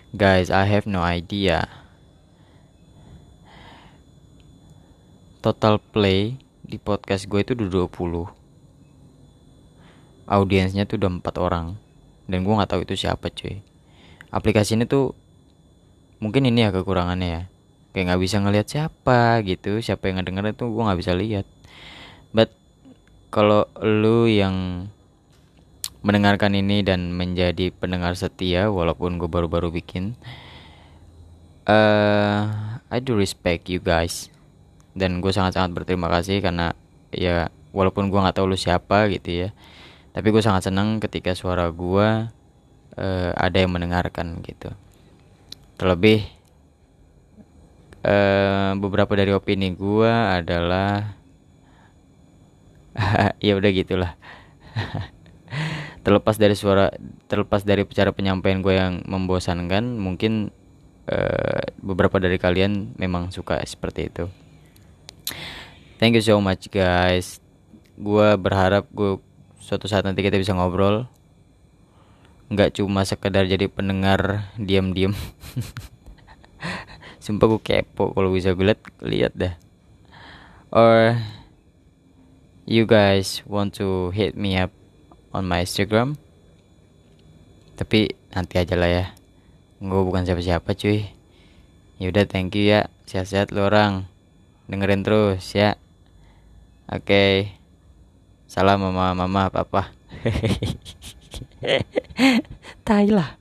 Guys, I have no idea. Total play di podcast gue itu udah 20. Audiensnya tuh udah 4 orang. Dan gue gak tahu itu siapa cuy. Aplikasi ini tuh mungkin ini ya kekurangannya ya. Kayak gak bisa ngelihat siapa gitu. Siapa yang ngedengerin tuh gue gak bisa lihat. But kalau lu yang mendengarkan ini dan menjadi pendengar setia, walaupun gue baru-baru bikin, I do respect you guys. Dan gue sangat-sangat berterima kasih karena ya walaupun gue nggak tahu lu siapa gitu ya, tapi gue sangat senang ketika suara gue ada yang mendengarkan gitu. Terlebih beberapa dari opini gue adalah ya udah gitulah. Terlepas dari cara penyampaian gue yang membosankan, mungkin beberapa dari kalian memang suka seperti itu. Thank you so much guys. Gue berharap suatu saat nanti kita bisa ngobrol, nggak cuma sekedar jadi pendengar diam-diam. Sumpah gue kepo kalau bisa gue lihat dah. Or you guys want to hit me up on my Instagram? Tapi nanti aja lah ya. Gue bukan siapa-siapa cuy. Yaudah, thank you ya. Sehat-sehat lu orang. Dengerin terus ya. Oke. Salam mama, papa. Tai lah.